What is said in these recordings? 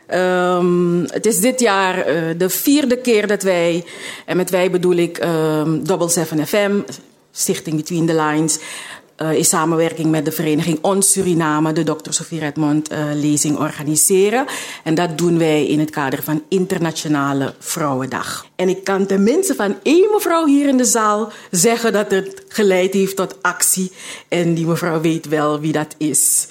Het is dit jaar de 4e keer dat wij, en met wij bedoel ik Double 7 FM, Stichting Between the Lines, in samenwerking met de vereniging Ons Suriname, de Dr. Sophie Redmond lezing organiseren. En dat doen wij in het kader van Internationale Vrouwendag. En ik kan tenminste van één mevrouw hier in de zaal zeggen dat het geleid heeft tot actie. En die mevrouw weet wel wie dat is.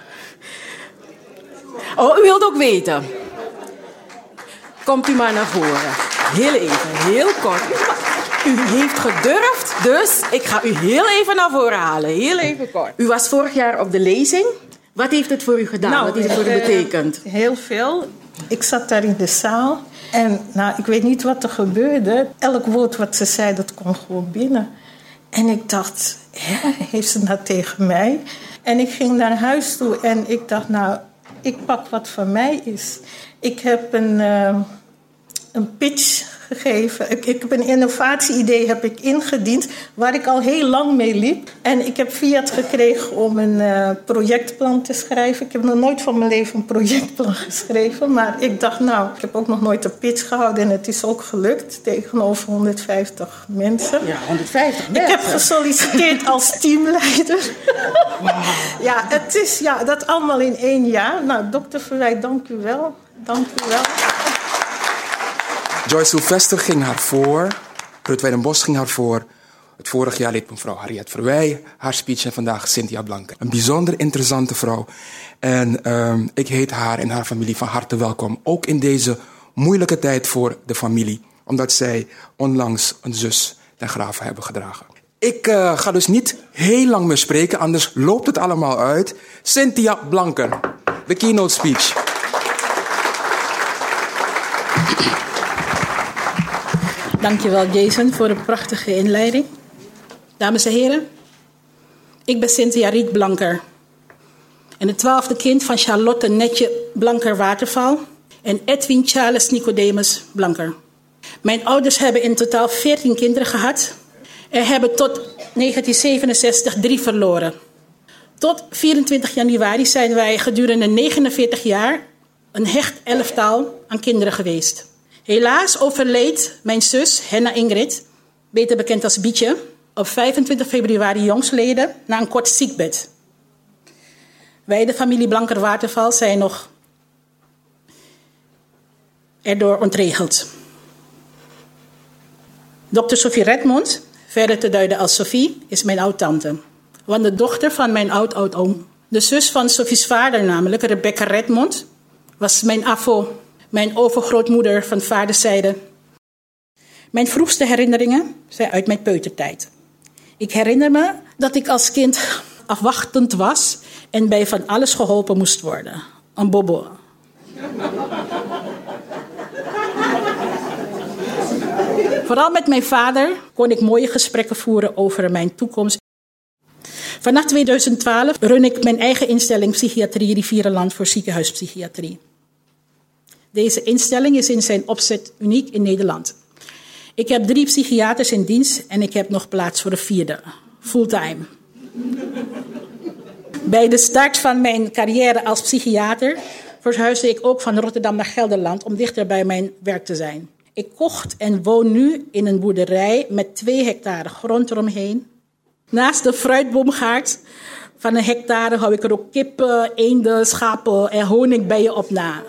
Oh, u wilt ook weten. Komt u maar naar voren. Heel even, heel kort. U heeft gedurfd, dus ik ga u heel even naar voren halen. Heel even kort. U was vorig jaar op de lezing. Wat heeft het voor u gedaan? Wat heeft het voor u betekend? Heel veel. Ik zat daar in de zaal. En ik weet niet wat er gebeurde. Elk woord wat ze zei, dat kwam gewoon binnen. En ik dacht, heeft ze dat tegen mij? En ik ging naar huis toe en ik dacht, ik pak wat van mij is. Ik heb een pitch gegeven. Ik heb een innovatie-idee ingediend waar ik al heel lang mee liep. En ik heb Fiat gekregen om een projectplan te schrijven. Ik heb nog nooit van mijn leven een projectplan geschreven. Maar ik dacht, ik heb ook nog nooit een pitch gehouden. En het is ook gelukt tegenover 150 mensen. Ja, 150 mensen. Ik heb gesolliciteerd als teamleider. Wow. Ja, het is dat allemaal in 1 jaar. Dokter Verwij, dank u wel. Dank u wel. Joyce Sylvester ging haar voor. Ruud Weidenbos ging haar voor. Het vorig jaar leed mevrouw Harriet Verwij haar speech en vandaag Cynthia Blanken. Een bijzonder interessante vrouw. En ik heet haar en haar familie van harte welkom. Ook in deze moeilijke tijd voor de familie. Omdat zij onlangs een zus ten grave hebben gedragen. Ik ga dus niet heel lang meer spreken, anders loopt het allemaal uit. Cynthia Blanken, de keynote speech. Dankjewel Jason voor een prachtige inleiding. Dames en heren, ik ben Cynthia Riet Blanker. En het 12e kind van Charlotte Netje Blanker-Waterval en Edwin Charles Nicodemus Blanker. Mijn ouders hebben in totaal 14 kinderen gehad en hebben tot 1967 3 verloren. Tot 24 januari zijn wij gedurende 49 jaar een hecht elftal aan kinderen geweest. Helaas overleed mijn zus Henna Ingrid, beter bekend als Bietje, op 25 februari jongstleden na een kort ziekbed. Wij, de familie Blanker-Waterval, zijn nog erdoor ontregeld. Dr. Sophie Redmond, verder te duiden als Sophie, is mijn oud-tante. Want de dochter van mijn oud-oom, de zus van Sophie's vader namelijk, Rebecca Redmond, was mijn afo. Mijn overgrootmoeder van vaderszijde. Mijn vroegste herinneringen zijn uit mijn peutertijd. Ik herinner me dat ik als kind afwachtend was en bij van alles geholpen moest worden. Een bobo. Vooral met mijn vader kon ik mooie gesprekken voeren over mijn toekomst. Vanaf 2012 run ik mijn eigen instelling Psychiatrie Rivierenland voor ziekenhuispsychiatrie. Deze instelling is in zijn opzet uniek in Nederland. Ik heb 3 psychiaters in dienst en ik heb nog plaats voor een 4e, fulltime. Bij de start van mijn carrière als psychiater verhuisde ik ook van Rotterdam naar Gelderland om dichter bij mijn werk te zijn. Ik kocht en woon nu in een boerderij met 2 hectare grond eromheen. Naast de fruitboomgaard van 1 hectare hou ik er ook kippen, eenden, schapen en honingbijen op na.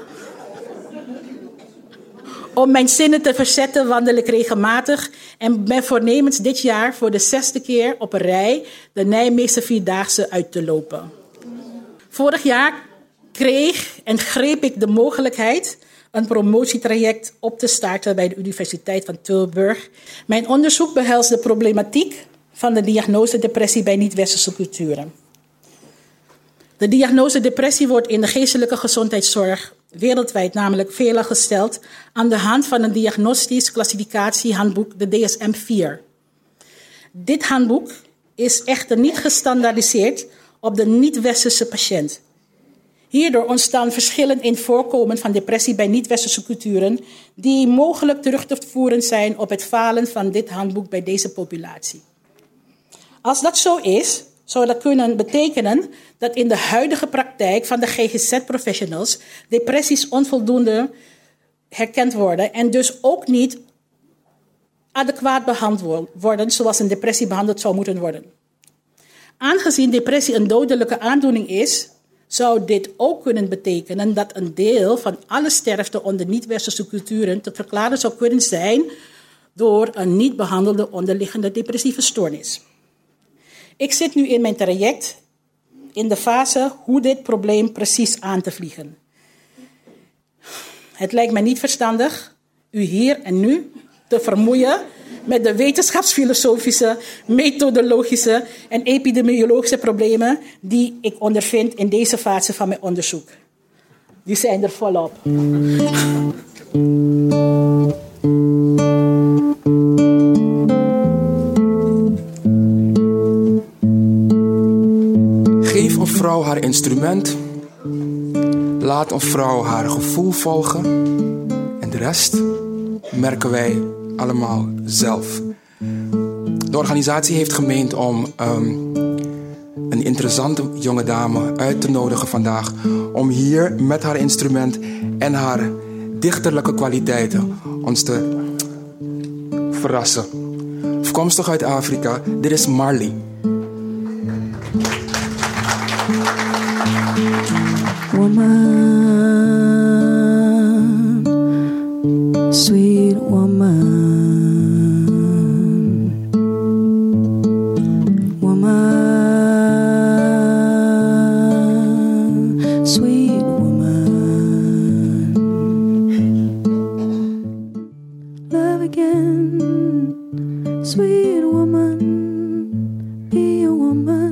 Om mijn zinnen te verzetten wandel ik regelmatig en ben voornemens dit jaar voor de 6e keer op een rij de Nijmeegse Vierdaagse uit te lopen. Vorig jaar kreeg en greep ik de mogelijkheid een promotietraject op te starten bij de Universiteit van Tilburg. Mijn onderzoek behelst de problematiek van de diagnose depressie bij niet-westerse culturen. De diagnose depressie wordt in de geestelijke gezondheidszorg wereldwijd namelijk veelal gesteld aan de hand van een diagnostisch klassificatiehandboek, de DSM-4. Dit handboek is echter niet gestandaardiseerd op de niet-westerse patiënt. Hierdoor ontstaan verschillen in voorkomen van depressie bij niet-westerse culturen die mogelijk terug te voeren zijn op het falen van dit handboek bij deze populatie. Als dat zo is, zou dat kunnen betekenen dat in de huidige praktijk van de GGZ-professionals depressies onvoldoende herkend worden en dus ook niet adequaat behandeld worden zoals een depressie behandeld zou moeten worden. Aangezien depressie een dodelijke aandoening is, zou dit ook kunnen betekenen dat een deel van alle sterfte onder niet-westerse culturen te verklaren zou kunnen zijn door een niet behandelde onderliggende depressieve stoornis. Ik zit nu in mijn traject in de fase hoe dit probleem precies aan te vliegen. Het lijkt mij niet verstandig u hier en nu te vermoeien met de wetenschapsfilosofische, methodologische en epidemiologische problemen die ik ondervind in deze fase van mijn onderzoek. Die zijn er volop. Geef een vrouw haar instrument. Laat een vrouw haar gevoel volgen. En de rest merken wij allemaal zelf. De organisatie heeft gemeend om een interessante jonge dame uit te nodigen vandaag. Om hier met haar instrument en haar dichterlijke kwaliteiten ons te verrassen. Afkomstig uit Afrika, dit is Marley. Woman, sweet woman, woman, sweet woman, love again, sweet woman, be a woman.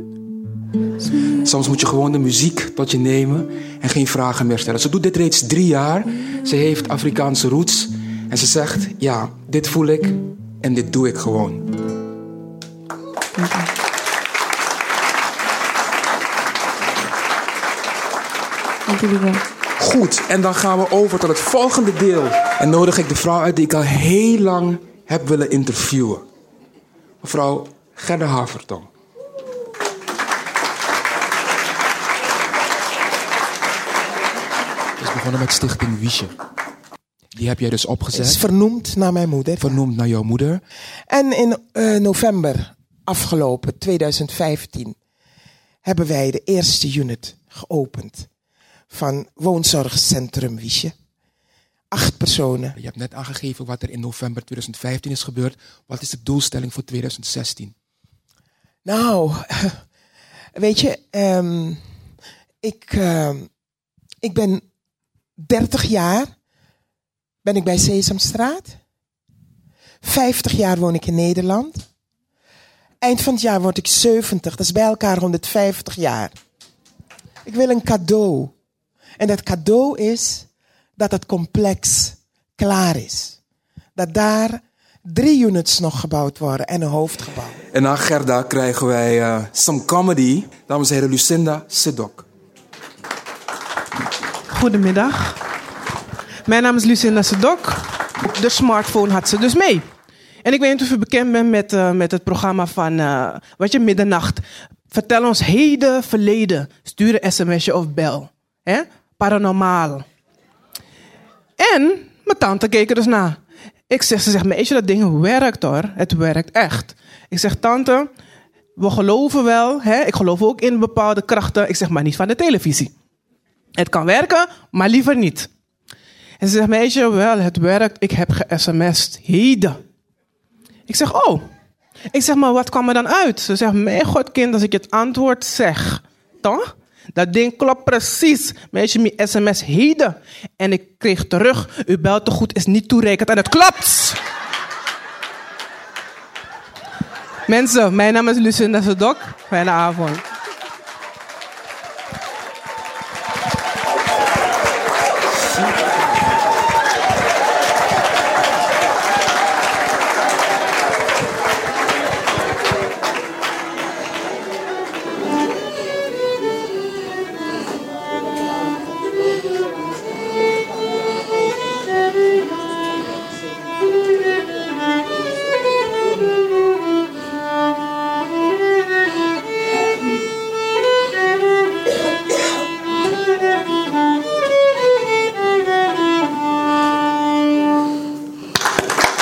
Soms moet je gewoon de muziek tot je nemen en geen vragen meer stellen. Ze doet dit reeds 3 jaar. Ze heeft Afrikaanse roots. En ze zegt, ja, dit voel ik en dit doe ik gewoon. Dank jullie wel. Goed, en dan gaan we over tot het volgende deel. En nodig ik de vrouw uit die ik al heel lang heb willen interviewen. Mevrouw Gerda Havertong. We begonnen met Stichting Wiesje. Die heb jij dus opgezet. Het is vernoemd naar mijn moeder. Vernoemd naar jouw moeder. En in november afgelopen 2015 hebben wij de eerste unit geopend van woonzorgcentrum Wiesje. 8 personen. Je hebt net aangegeven wat er in november 2015 is gebeurd. Wat is de doelstelling voor 2016? Nou, weet je, ik ben 30 jaar ben ik bij Sesamstraat. 50 jaar woon ik in Nederland. Eind van het jaar word ik 70. Dat is bij elkaar 150 jaar. Ik wil een cadeau. En dat cadeau is dat het complex klaar is. Dat daar 3 units nog gebouwd worden en een hoofdgebouw. En na Gerda krijgen wij some comedy. Dames en heren, Lucinda Sedok. Goedemiddag. Mijn naam is Lucinda Sedok. De smartphone had ze dus mee. En ik weet niet of u bekend bent met het programma van middernacht. Vertel ons heden, verleden. Stuur een sms'je of bel. Paranormaal. En mijn tante keek er dus na. Ze zegt, meisje, dat ding werkt hoor. Het werkt echt. Ik zeg, tante, we geloven wel. Ik geloof ook in bepaalde krachten. Ik zeg, maar niet van de televisie. Het kan werken, maar liever niet. En ze zegt, meisje, wel, het werkt. Ik heb ge-sms'd. Heden. Ik zeg, oh. Ik zeg, maar wat kwam er dan uit? Ze zegt, mijn god kind, als ik het antwoord zeg. Toch? Dat ding klopt precies. Meisje, mijn sms heden. En ik kreeg terug, uw beltegoed is niet toereikend. En het klopt. Mensen, mijn naam is Lucinda Sedok. Fijne avond.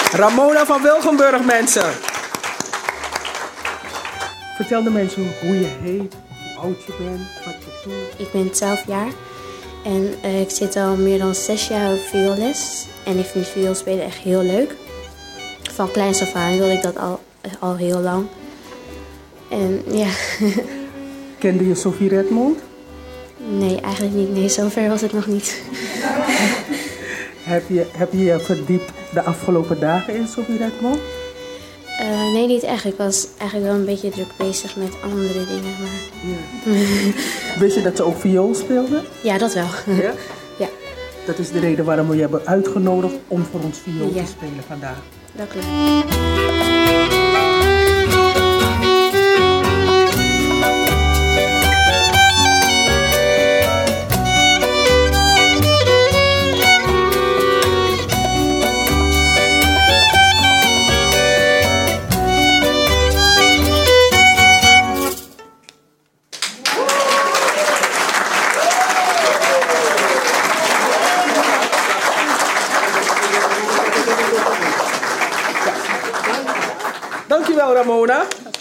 Ramona van Wilgenburg, mensen. Vertel de mensen hoe je heet, hoe oud je bent, wat je doet. Ik ben 12 jaar en ik zit al meer dan 6 jaar op vioolles. En ik vind vioolspelen echt heel leuk. Van kleins af aan wilde ik dat al heel lang. En ja. Kende je Sophie Redmond? Nee, eigenlijk niet. Nee, zover was het nog niet. Heb je je verdiept de afgelopen dagen in Sophie Redmond? Nee, niet echt. Ik was eigenlijk wel een beetje druk bezig met andere dingen. Maar... Ja. Wist je dat ze ook viool speelde? Ja, dat wel. Ja? Ja. Dat is de reden waarom we je hebben uitgenodigd om voor ons viool te spelen vandaag. Dat klopt. Dankjewel, Ramona.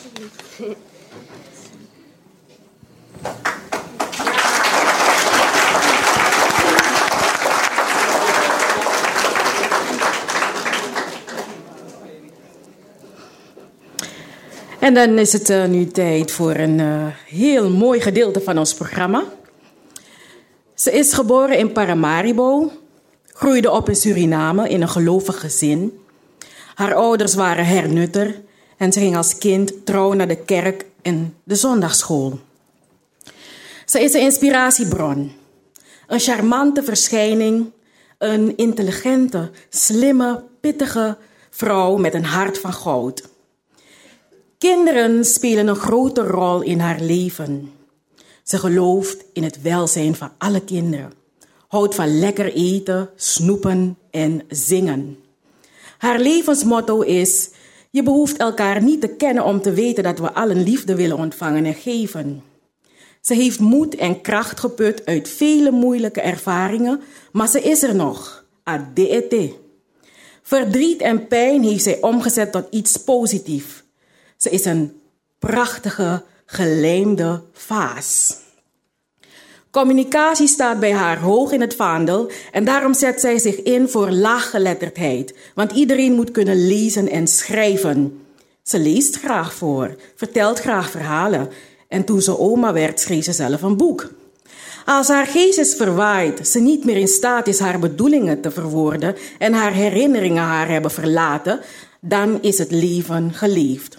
En dan is het nu tijd voor een heel mooi gedeelte van ons programma. Ze is geboren in Paramaribo, groeide op in Suriname in een gelovig gezin. Haar ouders waren hernutter en ze ging als kind trouw naar de kerk en de zondagsschool. Ze is een inspiratiebron, een charmante verschijning, een intelligente, slimme, pittige vrouw met een hart van goud. Kinderen spelen een grote rol in haar leven. Ze gelooft in het welzijn van alle kinderen, houdt van lekker eten, snoepen en zingen. Haar levensmotto is: je behoeft elkaar niet te kennen om te weten dat we allen liefde willen ontvangen en geven. Ze heeft moed en kracht geput uit vele moeilijke ervaringen, maar ze is er nog. ADET. Verdriet en pijn heeft zij omgezet tot iets positiefs. Ze is een prachtige, gelijmde vaas. Communicatie staat bij haar hoog in het vaandel en daarom zet zij zich in voor laaggeletterdheid. Want iedereen moet kunnen lezen en schrijven. Ze leest graag voor, vertelt graag verhalen. En toen ze oma werd, schreef ze zelf een boek. Als haar geest is verwaaid, ze niet meer in staat is haar bedoelingen te verwoorden en haar herinneringen haar hebben verlaten, dan is het leven geleefd.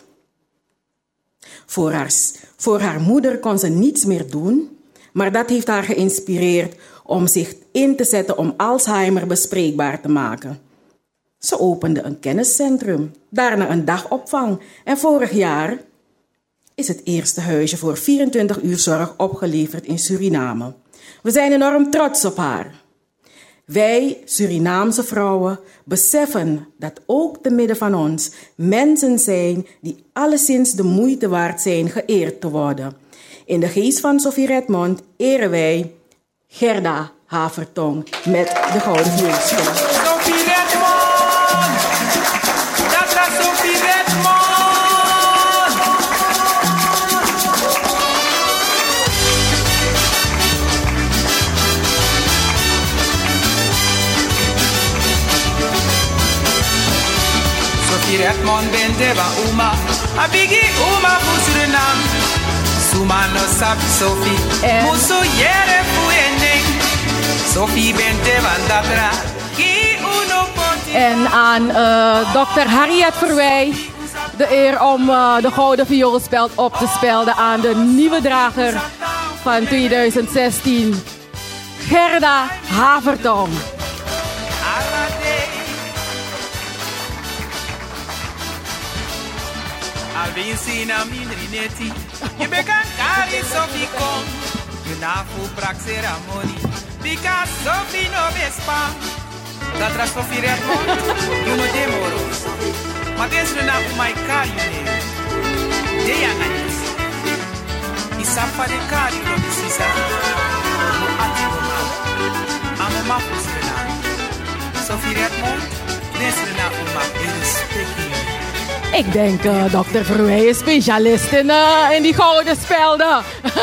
Voor haar moeder kon ze niets meer doen, maar dat heeft haar geïnspireerd om zich in te zetten om Alzheimer bespreekbaar te maken. Ze opende een kenniscentrum, daarna een dagopvang en vorig jaar is het eerste huisje voor 24 uur zorg opgeleverd in Suriname. We zijn enorm trots op haar. Wij, Surinaamse vrouwen, beseffen dat ook te midden van ons mensen zijn die alleszins de moeite waard zijn geëerd te worden. In de geest van Sophie Redmond eren wij Gerda Havertong met de Gouden Vioolspel. Sophie Redmond! Dat was Sophie Redmond! Sophie Redmond ben deba uma, a bigi uma voor Suriname. Suma no sabi Sophie, muso yere fuending. Sophie ben deba datra, ki uno poti. En aan dokter Harriet Verwij de eer om de Gouden Vioolspeld op te spelden aan de nieuwe drager van 2016, Gerda Havertong. Alvincina minrineti, je bekan kari Sophie kom. Je nafu brak ceramoni, bika Sophie no bespa. Dat was Sophie Redmond, you no demoros. Maar deze is na my kari ne. Deya anis. Isapa de kari no bisisa. No ati no ma. Amo ma fusena. Sophie Redmond, deze na uma Ik denk dokter Verwij is specialist in die gouden spelden.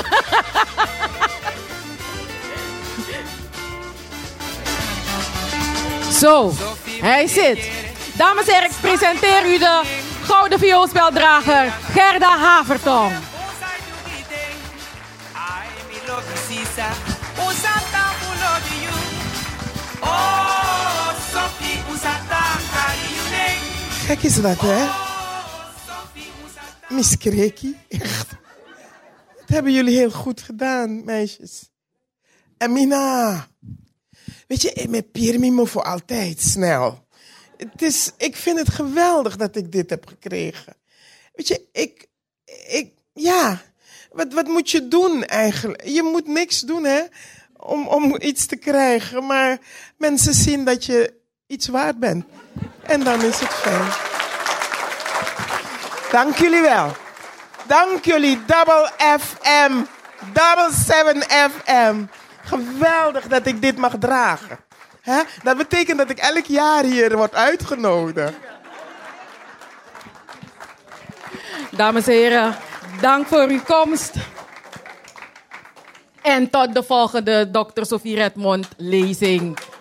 Zo, hij zit. Dames en heren, ik presenteer u de gouden vioolspeldrager Gerda Havertong. Gek is dat, hè? Miss Kreki, echt. Dat hebben jullie heel goed gedaan, meisjes. En Mina, weet je, met Piermimo voor altijd, snel. Ik vind het geweldig dat ik dit heb gekregen. Weet je, ja, wat moet je doen eigenlijk? Je moet niks doen, hè, om iets te krijgen. Maar mensen zien dat je iets waard bent. En dan is het fijn. Dank jullie wel. Dank jullie, Double FM, Double 7 FM. Geweldig dat ik dit mag dragen. Hè? Dat betekent dat ik elk jaar hier word uitgenodigd. Dames en heren, dank voor uw komst. En tot de volgende Dr. Sophie Redmond lezing.